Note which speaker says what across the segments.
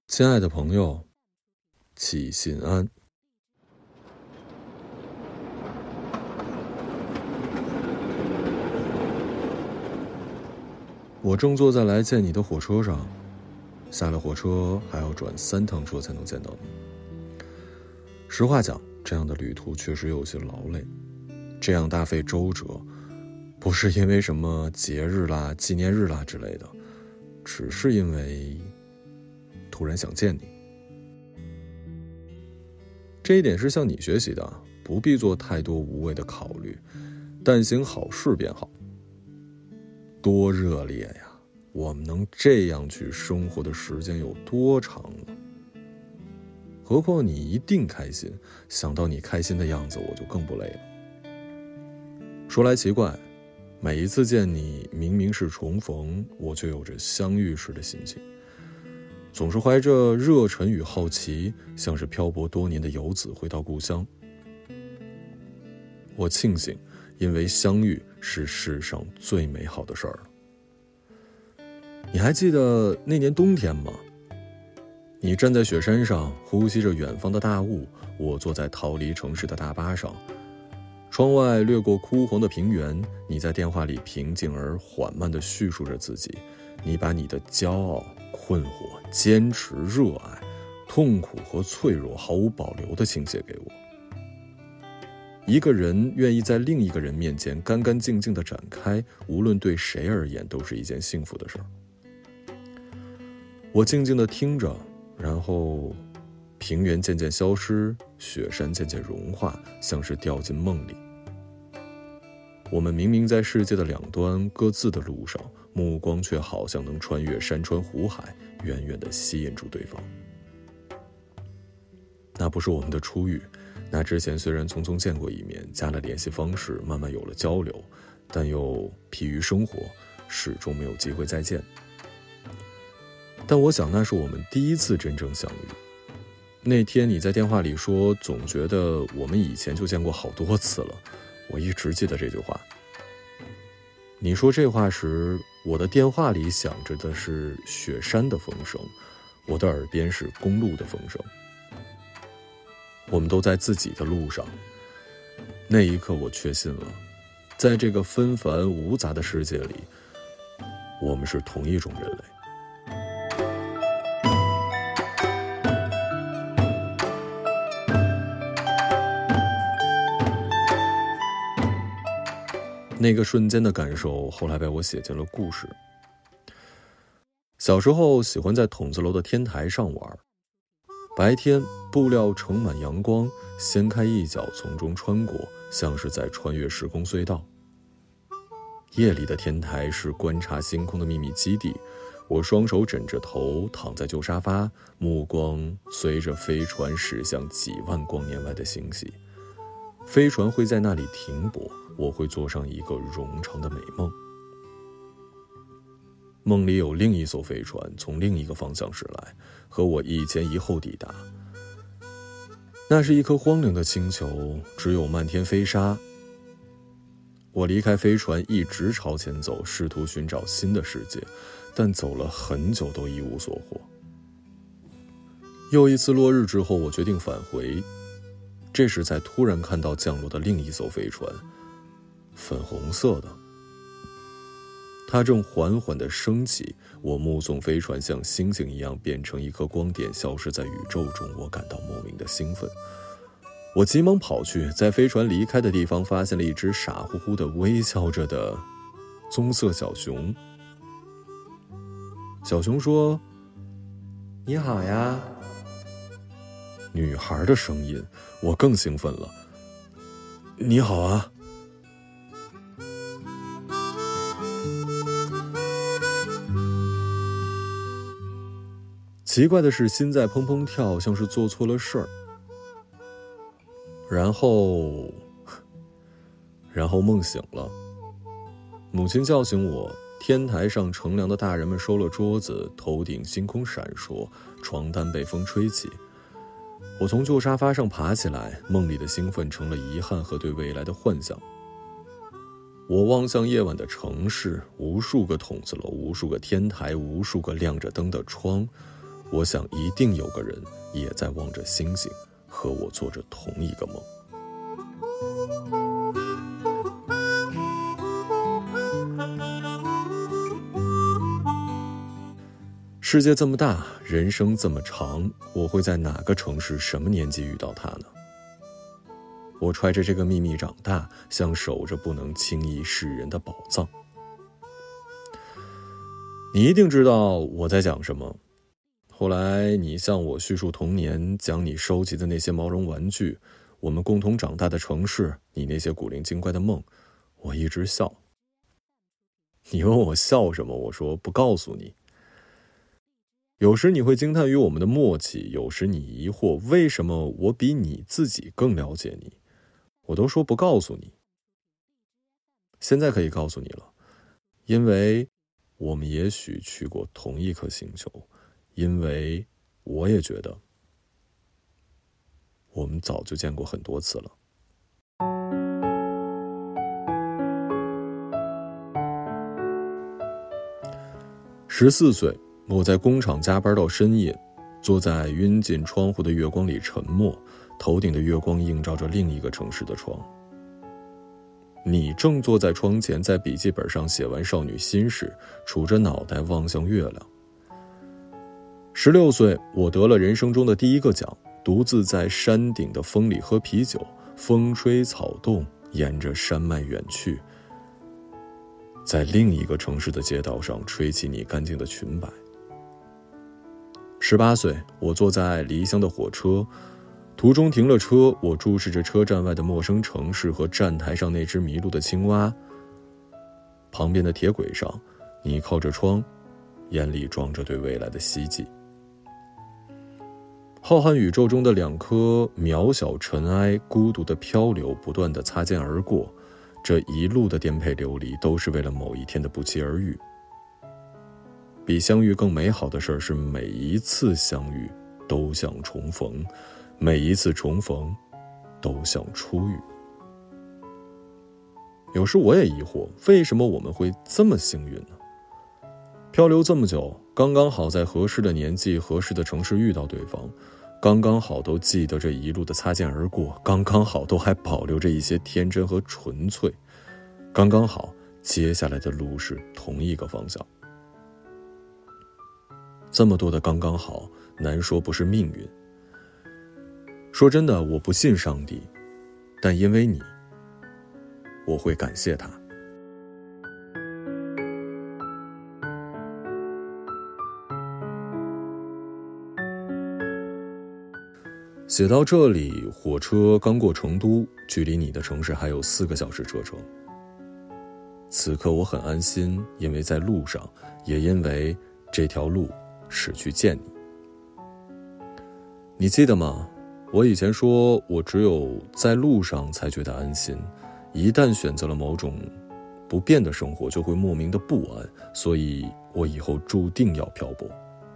Speaker 1: 亲爱的朋友，祈心安。我正坐在来见你的火车上，下了火车还要转3趟车才能见到你。实话讲，这样的旅途确实有些劳累，这样大费周折，不是因为什么节日啦、纪念日啦之类的，只是因为突然想见你。这一点是向你学习的，不必做太多无谓的考虑，但行好事便好。多热烈呀！我们能这样去生活的时间有多长呢？何况你一定开心，想到你开心的样子，我就更不累了。说来奇怪，每一次见你，明明是重逢，我却有着相遇时的心情，总是怀着热忱与好奇，像是漂泊多年的游子回到故乡。我庆幸，因为相遇是世上最美好的事儿了。你还记得那年冬天吗？你站在雪山上，呼吸着远方的大雾，我坐在逃离城市的大巴上，窗外掠过枯黄的平原，你在电话里平静而缓慢地叙述着自己，你把你的骄傲、困惑、坚持、热爱、痛苦和脆弱毫无保留地倾泻给我。一个人愿意在另一个人面前干干净净地展开，无论对谁而言都是一件幸福的事儿。我静静地听着，然后平原渐渐消失，雪山渐渐融化，像是掉进梦里。我们明明在世界的两端，各自的路上，目光却好像能穿越山川湖海，远远地吸引住对方。那不是我们的初遇，那之前虽然匆匆见过一面，加了联系方式，慢慢有了交流，但又疲于生活，始终没有机会再见。但我想那是我们第一次真正相遇。那天你在电话里说，总觉得我们以前就见过好多次了，我一直记得这句话。你说这话时，我的电话里响着的是雪山的风声，我的耳边是公路的风声。我们都在自己的路上。那一刻我确信了，在这个纷繁无杂的世界里，我们是同一种人类。那个瞬间的感受后来被我写进了故事。小时候喜欢在筒子楼的天台上玩，白天布料盛满阳光，掀开一角从中穿过，像是在穿越时空隧道。夜里的天台是观察星空的秘密基地，我双手枕着头躺在旧沙发，目光随着飞船驶向几万光年外的星系。飞船会在那里停泊，我会做上一个冗长的美梦。梦里有另一艘飞船从另一个方向驶来，和我一前一后抵达。那是一颗荒凉的星球，只有漫天飞沙。我离开飞船，一直朝前走，试图寻找新的世界，但走了很久都一无所获。又一次落日之后，我决定返回。这时才突然看到降落的另一艘飞船，粉红色的。它正缓缓地升起，我目送飞船像星星一样变成一颗光点，消失在宇宙中，我感到莫名的兴奋。我急忙跑去，在飞船离开的地方发现了一只傻乎乎的微笑着的棕色小熊。小熊说：“你好呀。”女孩的声音，我更兴奋了。你好啊。奇怪的是，心在砰砰跳，像是做错了事儿。然后梦醒了，母亲叫醒我，天台上乘凉的大人们收了桌子，头顶星空闪烁，床单被风吹起。我从旧沙发上爬起来，梦里的兴奋成了遗憾和对未来的幻想。我望向夜晚的城市，无数个筒子楼，无数个天台，无数个亮着灯的窗。 我想一定有个人也在望着星星，和我做着同一个梦。世界这么大，人生这么长，我会在哪个城市、什么年纪遇到他呢？我揣着这个秘密长大，像守着不能轻易示人的宝藏。你一定知道我在讲什么。后来你向我叙述童年，讲你收集的那些毛绒玩具，我们共同长大的城市，你那些古灵精怪的梦，我一直笑。你问我笑什么，我说不告诉你。有时你会惊叹于我们的默契，有时你疑惑为什么我比你自己更了解你，我都说不告诉你。现在可以告诉你了，因为我们也许去过同一颗星球，因为我也觉得我们早就见过很多次了。14岁，我在工厂加班到深夜，坐在晕进窗户的月光里沉默，头顶的月光映照着另一个城市的窗。你正坐在窗前，在笔记本上写完少女心事，杵着脑袋望向月亮。16岁，我得了人生中的第一个奖，独自在山顶的风里喝啤酒，风吹草动，沿着山脉远去，在另一个城市的街道上吹起你干净的裙摆。18岁，我坐在离乡的火车，途中停了车，我注视着车站外的陌生城市和站台上那只迷路的青蛙。旁边的铁轨上，你靠着窗，眼里装着对未来的希冀。浩瀚宇宙中的2颗渺小尘埃，孤独的漂流，不断地擦肩而过，这一路的颠沛流离，都是为了某一天的不期而遇。比相遇更美好的事是，每一次相遇都像重逢，每一次重逢都像初遇。有时我也疑惑，为什么我们会这么幸运呢？漂流这么久，刚刚好在合适的年纪、合适的城市遇到对方，刚刚好都记得这一路的擦肩而过，刚刚好都还保留着一些天真和纯粹，刚刚好接下来的路是同一个方向。这么多的刚刚好，难说不是命运。说真的，我不信上帝，但因为你，我会感谢他。写到这里，火车刚过成都，距离你的城市还有4个小时车程。此刻我很安心，因为在路上，也因为这条路是去见你。你记得吗？我以前说，我只有在路上才觉得安心，一旦选择了某种不变的生活，就会莫名的不安，所以我以后注定要漂泊。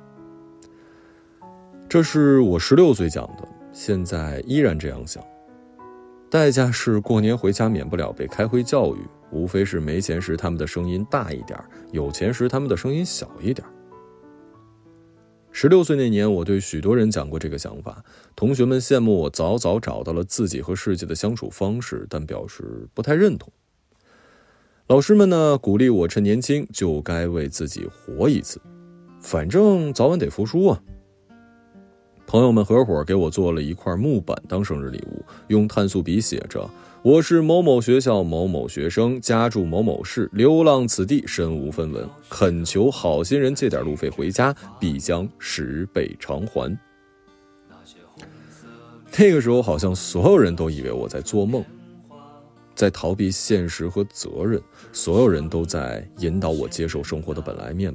Speaker 1: 这是我16岁讲的，现在依然这样想。代价是过年回家免不了被开会教育，无非是没钱时他们的声音大一点，有钱时他们的声音小一点。16岁那年，我对许多人讲过这个想法，同学们羡慕我早早找到了自己和世界的相处方式，但表示不太认同。老师们呢，鼓励我趁年轻就该为自己活一次，反正早晚得服输啊。朋友们合伙给我做了一块木板当生日礼物，用碳素笔写着：我是某某学校某某学生，家住某某市，流浪此地，身无分文，恳求好心人借点路费回家，必将10倍偿还。那个时候好像所有人都以为我在做梦，在逃避现实和责任，所有人都在引导我接受生活的本来面目。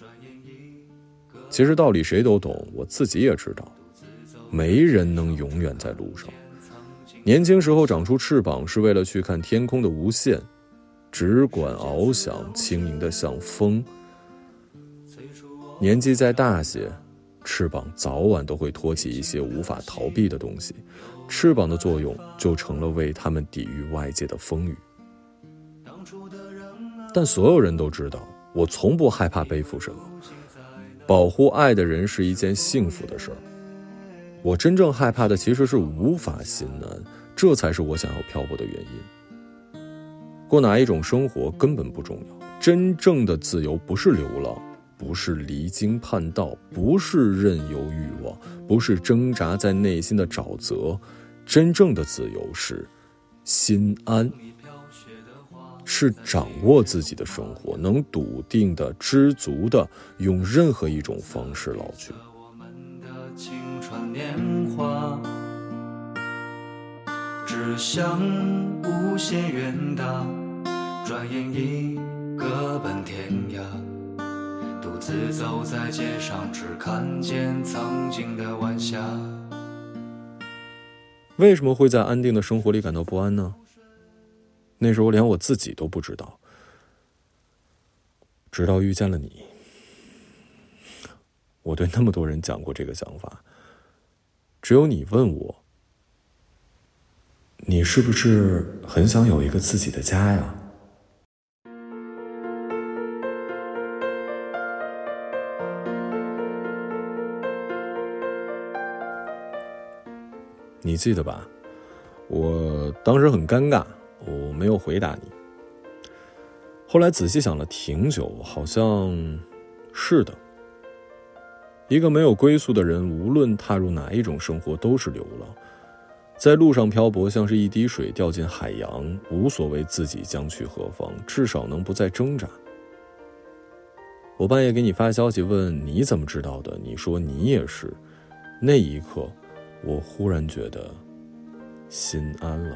Speaker 1: 其实道理谁都懂，我自己也知道，没人能永远在路上。年轻时候长出翅膀是为了去看天空的无限，只管翱翔，轻盈的像风。年纪再大些，翅膀早晚都会托起一些无法逃避的东西，翅膀的作用就成了为他们抵御外界的风雨。但所有人都知道，我从不害怕背负什么， 保护爱的人是一件幸福的事儿。我真正害怕的其实是无法心安，这才是我想要漂泊的原因。过哪一种生活根本不重要，真正的自由不是流浪，不是离经叛道，不是任由欲望，不是挣扎在内心的沼泽，真正的自由是心安，是掌握自己的生活，能笃定的、知足的用任何一种方式老去。
Speaker 2: 青春年华，只想无限远大，转眼已各奔天涯，独自走在街上，只看见曾经的晚霞。
Speaker 1: 为什么会在安定的生活里感到不安呢？那时候连我自己都不知道，直到遇见了你。我对那么多人讲过这个想法，只有你问我，你是不是很想有一个自己的家呀？你记得吧？我当时很尴尬，我没有回答你。后来仔细想了挺久，好像是的。一个没有归宿的人，无论踏入哪一种生活都是流浪，在路上漂泊，像是一滴水掉进海洋，无所谓自己将去何方，至少能不再挣扎。我半夜给你发消息问你怎么知道的，你说你也是。那一刻我忽然觉得心安了。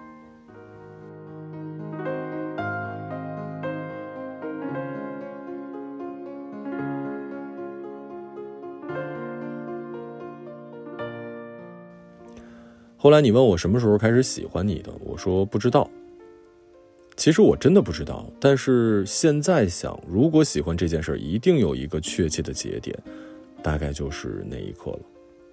Speaker 1: 后来你问我什么时候开始喜欢你的，我说不知道。其实我真的不知道，但是现在想，如果喜欢这件事一定有一个确切的节点，大概就是那一刻了。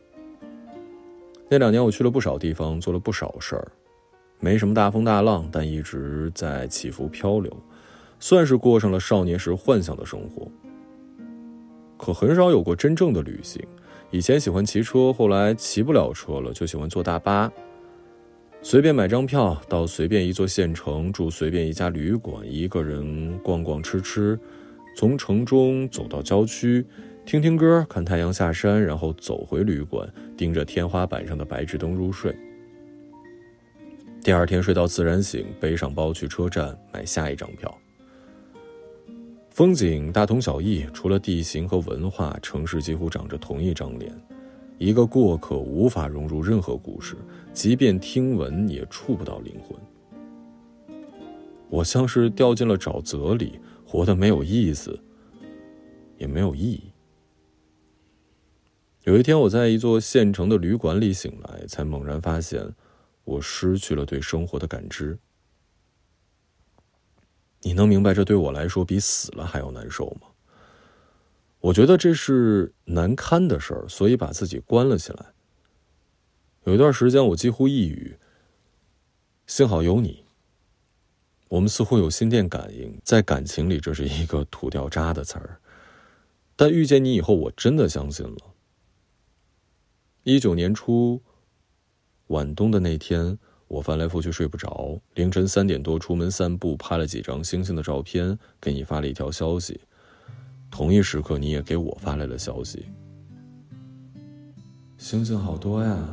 Speaker 1: 那2年我去了不少地方，做了不少事儿，没什么大风大浪，但一直在起伏漂流，算是过上了少年时幻想的生活。可很少有过真正的旅行。以前喜欢骑车，后来骑不了车了，就喜欢坐大巴，随便买张票到随便一座县城，住随便一家旅馆，一个人逛逛吃吃，从城中走到郊区，听听歌，看太阳下山，然后走回旅馆，盯着天花板上的白炽灯入睡。第二天睡到自然醒，背上包去车站买下一张票。风景大同小异，除了地形和文化，城市几乎长着同一张脸。一个过客无法融入任何故事，即便听闻也触不到灵魂。我像是掉进了沼泽里，活得没有意思，也没有意义。有一天我在一座县城的旅馆里醒来，才猛然发现我失去了对生活的感知。你能明白这对我来说比死了还要难受吗？我觉得这是难堪的事儿，所以把自己关了起来。有一段时间我几乎抑郁，幸好有你。我们似乎有心电感应，在感情里这是一个土掉渣的词儿，但遇见你以后我真的相信了。19年初晚冬的那天，我翻来覆去睡不着，凌晨3点多出门散步，拍了几张星星的照片，给你发了一条消息。同一时刻你也给我发来了消息，星星好多呀。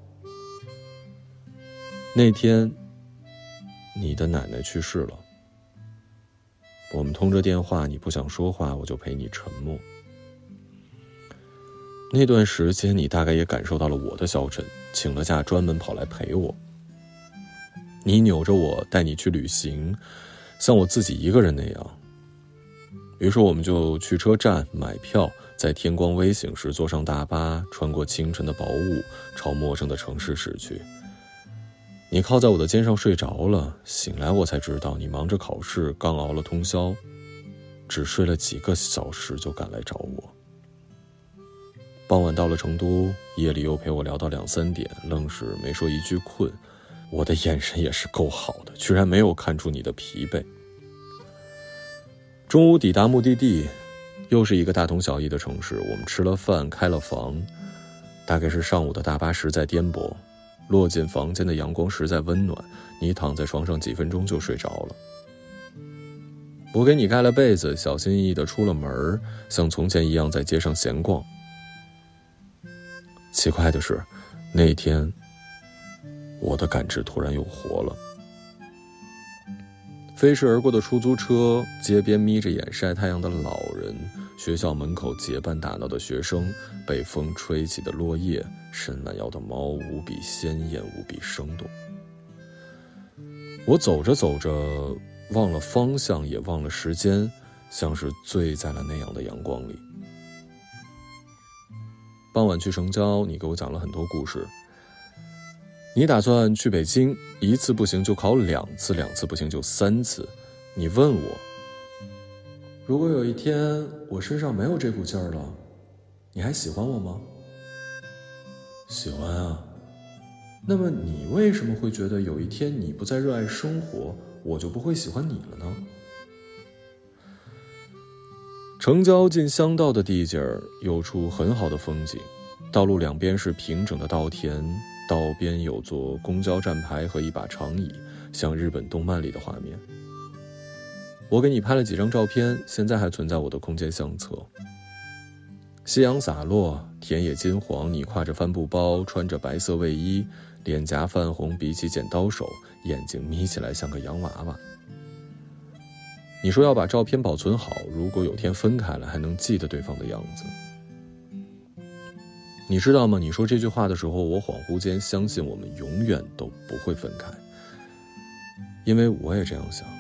Speaker 1: 那天你的奶奶去世了，我们通着电话，你不想说话，我就陪你沉默。那段时间你大概也感受到了我的消沉，请了假专门跑来陪我。你扭着我带你去旅行，像我自己一个人那样。于是我们就去车站买票，在天光微醒时坐上大巴，穿过清晨的薄雾，朝陌生的城市驶去。你靠在我的肩上睡着了，醒来我才知道你忙着考试，刚熬了通宵，只睡了几个小时就赶来找我。傍晚到了成都，夜里又陪我聊到2、3点，愣是没说一句困。我的眼神也是够好的，居然没有看出你的疲惫。中午抵达目的地， 又是一个大同小异的城市，我们吃了饭，开了房，大概是上午的大巴实在颠簸，落进房间的阳光实在温暖，你躺在床上几分钟就睡着了。我给你盖了被子，小心翼翼地出了门，像从前一样在街上闲逛。奇怪的是，那一天我的感知突然又活了。飞驰而过的出租车，街边眯着眼晒太阳的老人，学校门口结伴打闹的学生，被风吹起的落叶，伸懒腰的猫，无比鲜艳，无比生动。我走着走着，忘了方向，也忘了时间，像是醉在了那样的阳光里。傍晚去城郊，你给我讲了很多故事。你打算去北京，一次不行就考2次，2次不行就3次。你问我，如果有一天我身上没有这股劲儿了，你还喜欢我吗？喜欢啊。那么你为什么会觉得有一天你不再热爱生活，我就不会喜欢你了呢？城郊进乡道的地界儿有处很好的风景，道路两边是平整的稻田，道边有座公交站牌和一把长椅，像日本动漫里的画面。我给你拍了几张照片，现在还存在我的空间相册。夕阳洒落，田野金黄，你挎着帆布包，穿着白色卫衣，脸颊泛红，比起剪刀手，眼睛眯起来像个洋娃娃。你说要把照片保存好，如果有天分开了，还能记得对方的样子。你知道吗？你说这句话的时候，我恍惚间相信我们永远都不会分开，因为我也这样想。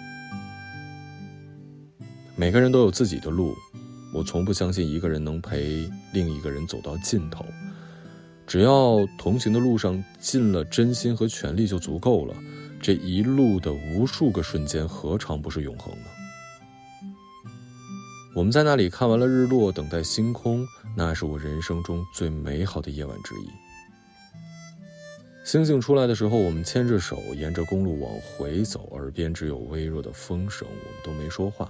Speaker 1: 每个人都有自己的路，我从不相信一个人能陪另一个人走到尽头。只要同行的路上尽了真心和全力就足够了，这一路的无数个瞬间何尝不是永恒呢？我们在那里看完了日落，等待星空，那是我人生中最美好的夜晚之一。星星出来的时候，我们牵着手沿着公路往回走，耳边只有微弱的风声，我们都没说话。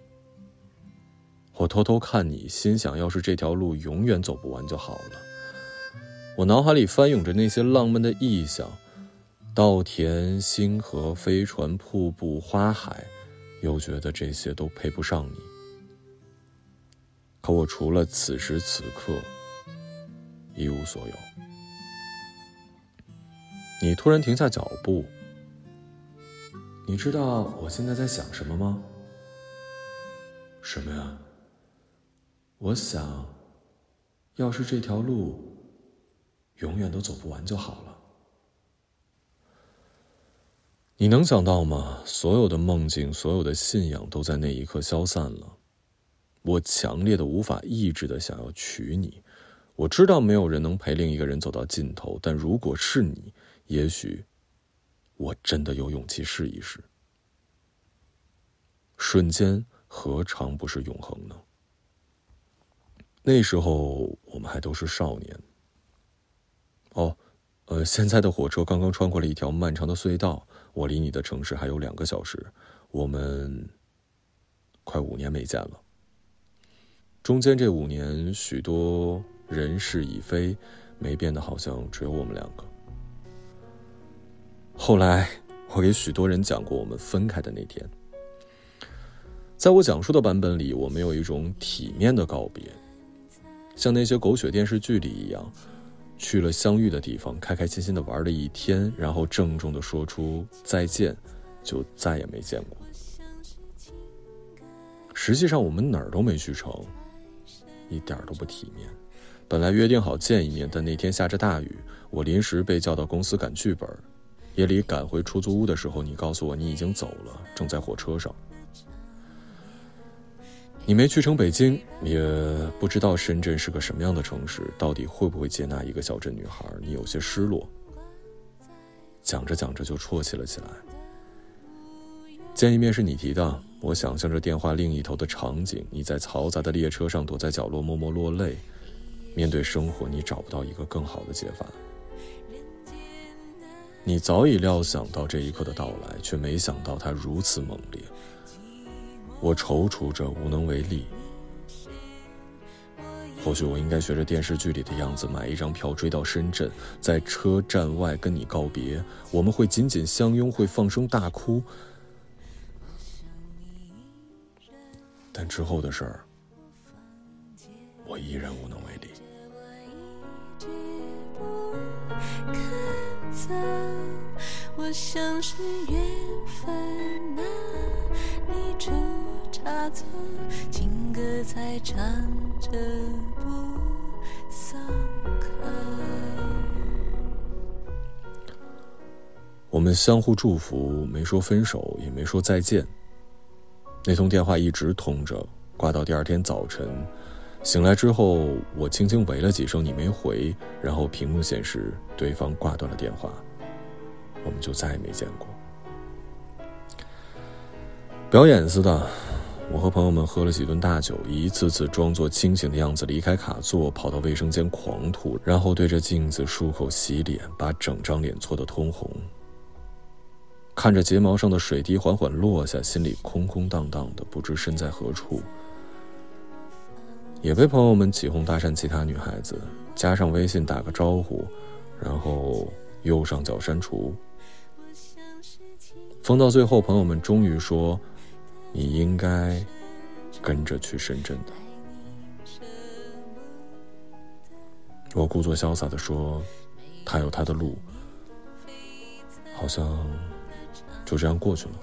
Speaker 1: 我偷偷看你，心想要是这条路永远走不完就好了。我脑海里翻涌着那些浪漫的意象，稻田、星河、飞船、瀑布、花海，又觉得这些都配不上你。可我除了此时此刻一无所有。你突然停下脚步，你知道我现在在想什么吗？什么呀？我想，要是这条路永远都走不完就好了。你能想到吗？所有的梦境，所有的信仰都在那一刻消散了。我强烈的无法抑制的想要娶你，我知道没有人能陪另一个人走到尽头，但如果是你，也许我真的有勇气试一试。瞬间何尝不是永恒呢？那时候我们还都是少年。现在的火车刚刚穿过了一条漫长的隧道，我离你的城市还有2个小时，我们快5年没见了。中间这5年，许多人事已非，没变的好像只有我们2个。后来我给许多人讲过我们分开的那天。在我讲述的版本里，我们有一种体面的告别，像那些狗血电视剧里一样，去了相遇的地方，开开心心的玩了一天，然后郑重的说出再见，就再也没见过。实际上我们哪儿都没去成，一点都不体面。本来约定好见一面，但那天下着大雨，我临时被叫到公司赶剧本。夜里赶回出租屋的时候，你告诉我你已经走了，正在火车上。你没去成北京，也不知道深圳是个什么样的城市，到底会不会接纳一个小镇女孩，你有些失落。讲着讲着就啜泣了起来。见一面是你提的，我想象着电话另一头的场景，你在嘈杂的列车上躲在角落默默落泪。面对生活，你找不到一个更好的解法。你早已料想到这一刻的到来，却没想到它如此猛烈。我踌躇着无能为力。 或许我应该学着电视剧里的样子，买一张票追到深圳，在车站外跟你告别，我们会紧紧相拥，会放声大哭。但之后的事儿，我依然无能为力。
Speaker 3: 我像是缘分啊，你出差错，情歌才唱着不松口。
Speaker 1: 我们相互祝福，没说分手，也没说再见。那通电话一直通着，挂到第二天早晨。醒来之后，我轻轻喂了几声你没回，然后屏幕显示对方挂断了电话，我们就再也没见过。表演似的，我和朋友们喝了几顿大酒，一次次装作清醒的样子离开卡座，跑到卫生间狂吐，然后对着镜子漱口洗脸，把整张脸搓得通红。看着睫毛上的水滴缓缓落下，心里空空荡荡的，不知身在何处。也被朋友们起哄搭讪其他女孩子，加上微信打个招呼，然后右上角删除。疯到最后，朋友们终于说，你应该跟着去深圳的。我故作潇洒地说，他有他的路，好像就这样过去了。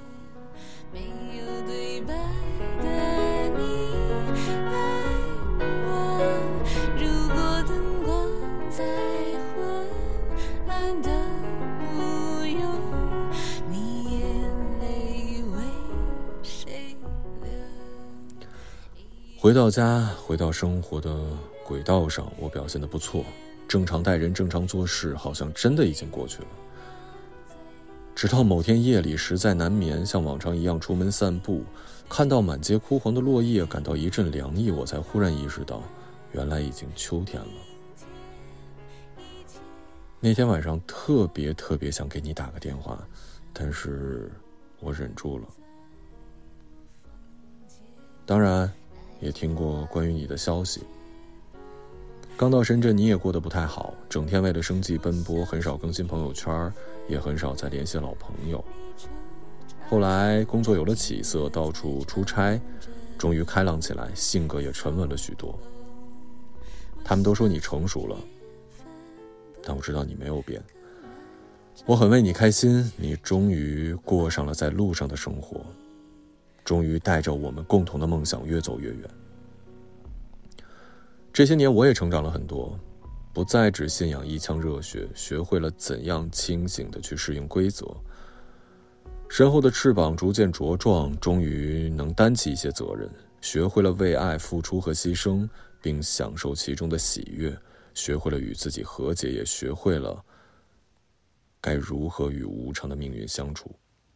Speaker 1: 回到家，回到生活的轨道上，我表现得不错，正常待人，正常做事，好像真的已经过去了。直到某天夜里实在难眠，像往常一样出门散步，看到满街枯黄的落叶，感到一阵凉意，我才忽然意识到，原来已经秋天了。那天晚上特别想给你打个电话，但是我忍住了。当然也听过关于你的消息。刚到深圳，你也过得不太好，整天为了生计奔波，很少更新朋友圈，也很少再联系老朋友。后来工作有了起色，到处出差，终于开朗起来，性格也沉稳了许多。他们都说你成熟了，但我知道你没有变。我很为你开心，你终于过上了在路上的生活，终于带着我们共同的梦想越走越远。这些年我也成长了很多，不再只信仰一腔热血，学会了怎样清醒地去适应规则。身后的翅膀逐渐茁壮，终于能担起一些责任，学会了为爱付出和牺牲，并享受其中的喜悦，学会了与自己和解，也学会了该如何与无常的命运相处。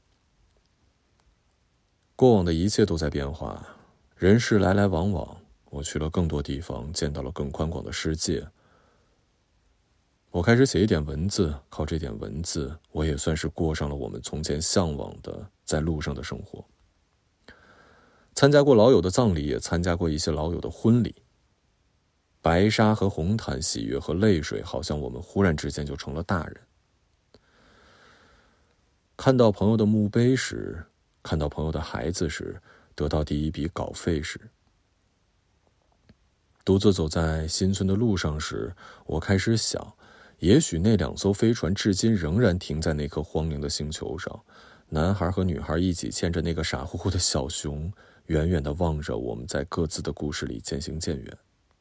Speaker 1: 过往的一切都在变化，人事来来往往，我去了更多地方，见到了更宽广的世界。我开始写一点文字，靠这点文字，我也算是过上了我们从前向往的在路上的生活。参加过老友的葬礼，也参加过一些老友的婚礼。白纱和红毯，喜悦和泪水，好像我们忽然之间就成了大人。看到朋友的墓碑时，看到朋友的孩子时，得到第一笔稿费时，独自走在新村的路上时，我开始想，也许那2艘飞船至今仍然停在那颗荒凉的星球上，男孩和女孩一起牵着那个傻乎乎的小熊，远远地望着我们在各自的故事里渐行渐远。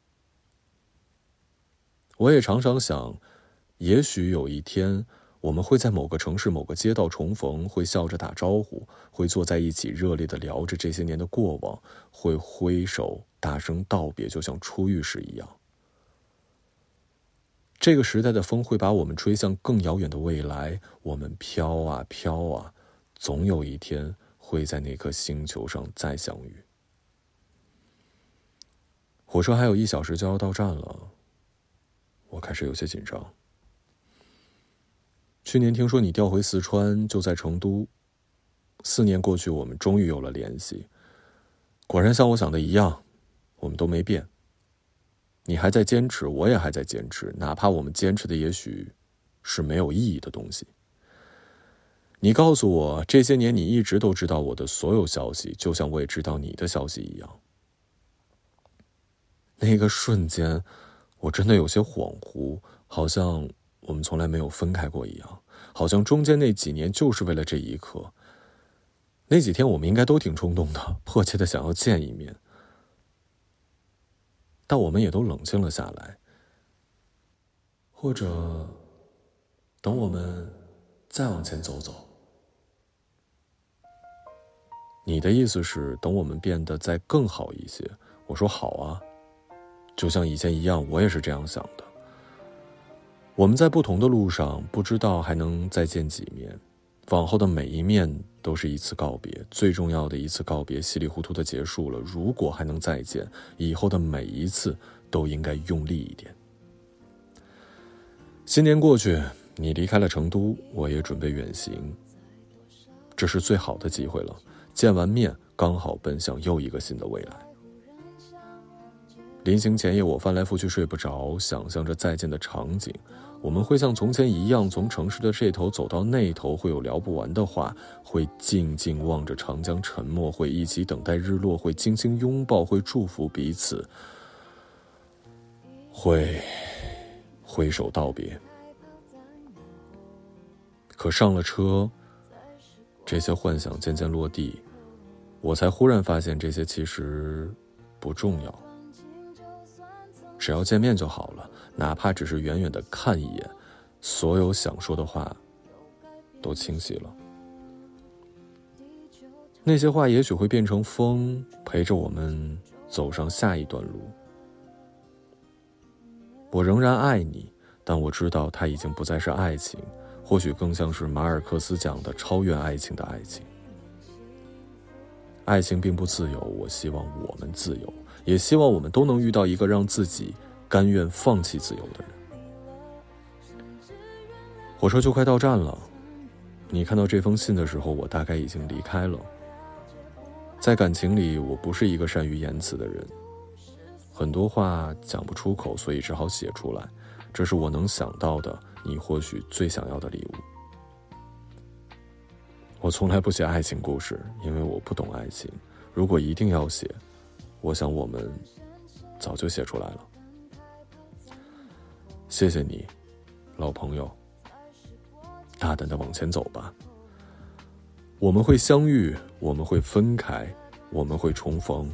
Speaker 1: 我也常常想，也许有一天我们会在某个城市某个街道重逢，会笑着打招呼，会坐在一起热烈地聊着这些年的过往，会挥手大声道别，就像初遇时一样。这个时代的风会把我们吹向更遥远的未来，我们飘啊飘啊，总有一天会在那颗星球上再相遇。火车还有1小时就要到站了，我开始有些紧张。去年听说你调回四川，就在成都。4年过去，我们终于有了联系。果然像我想的一样，我们都没变。 你还在坚持，我也还在坚持，哪怕我们坚持的也许是没有意义的东西。你告诉我，这些年你一直都知道我的所有消息，就像我也知道你的消息一样。那个瞬间，我真的有些恍惚，好像我们从来没有分开过一样，好像中间那几年就是为了这一刻。那几天我们应该都挺冲动的，迫切的想要见一面，但我们也都冷静了下来。或者等我们再往前走走。你的意思是等我们变得再更好一些？我说好啊，就像以前一样，我也是这样想的。我们在不同的路上，不知道还能再见几面，往后的每一面都是一次告别，最重要的一次告别稀里糊涂的结束了。如果还能再见，以后的每一次都应该用力一点。新年过去，你离开了成都，我也准备远行，这是最好的机会了。见完面，刚好奔向又一个新的未来。临行前夜，我翻来覆去睡不着，想象着再见的场景。我们会像从前一样，从城市的这头走到那头，会有聊不完的话，会静静望着长江沉默，会一起等待日落，会轻轻拥抱，会祝福彼此，会挥手道别。可上了车，这些幻想渐渐落地，我才忽然发现这些其实不重要，只要见面就好了，哪怕只是远远的看一眼，所有想说的话都清晰了。那些话也许会变成风，陪着我们走上下一段路。我仍然爱你，但我知道它已经不再是爱情，或许更像是马尔克斯讲的超越爱情的爱情。爱情并不自由，我希望我们自由，也希望我们都能遇到一个让自己甘愿放弃自由的人。火车就快到站了，你看到这封信的时候，我大概已经离开了。在感情里，我不是一个善于言辞的人，很多话讲不出口，所以只好写出来，这是我能想到的你或许最想要的礼物。我从来不写爱情故事，因为我不懂爱情。如果一定要写，我想我们早就写出来了。谢谢你，老朋友。大胆地往前走吧。我们会相遇，我们会分开，我们会重逢。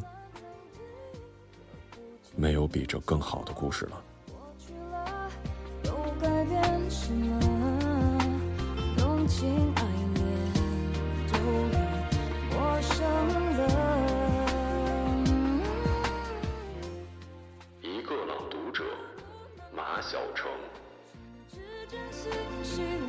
Speaker 1: 没有比这更好的故事了。
Speaker 3: 又改变什么？动情爱恋都已陌生了。
Speaker 1: 一个朗读者，马晓成。
Speaker 3: 是真心是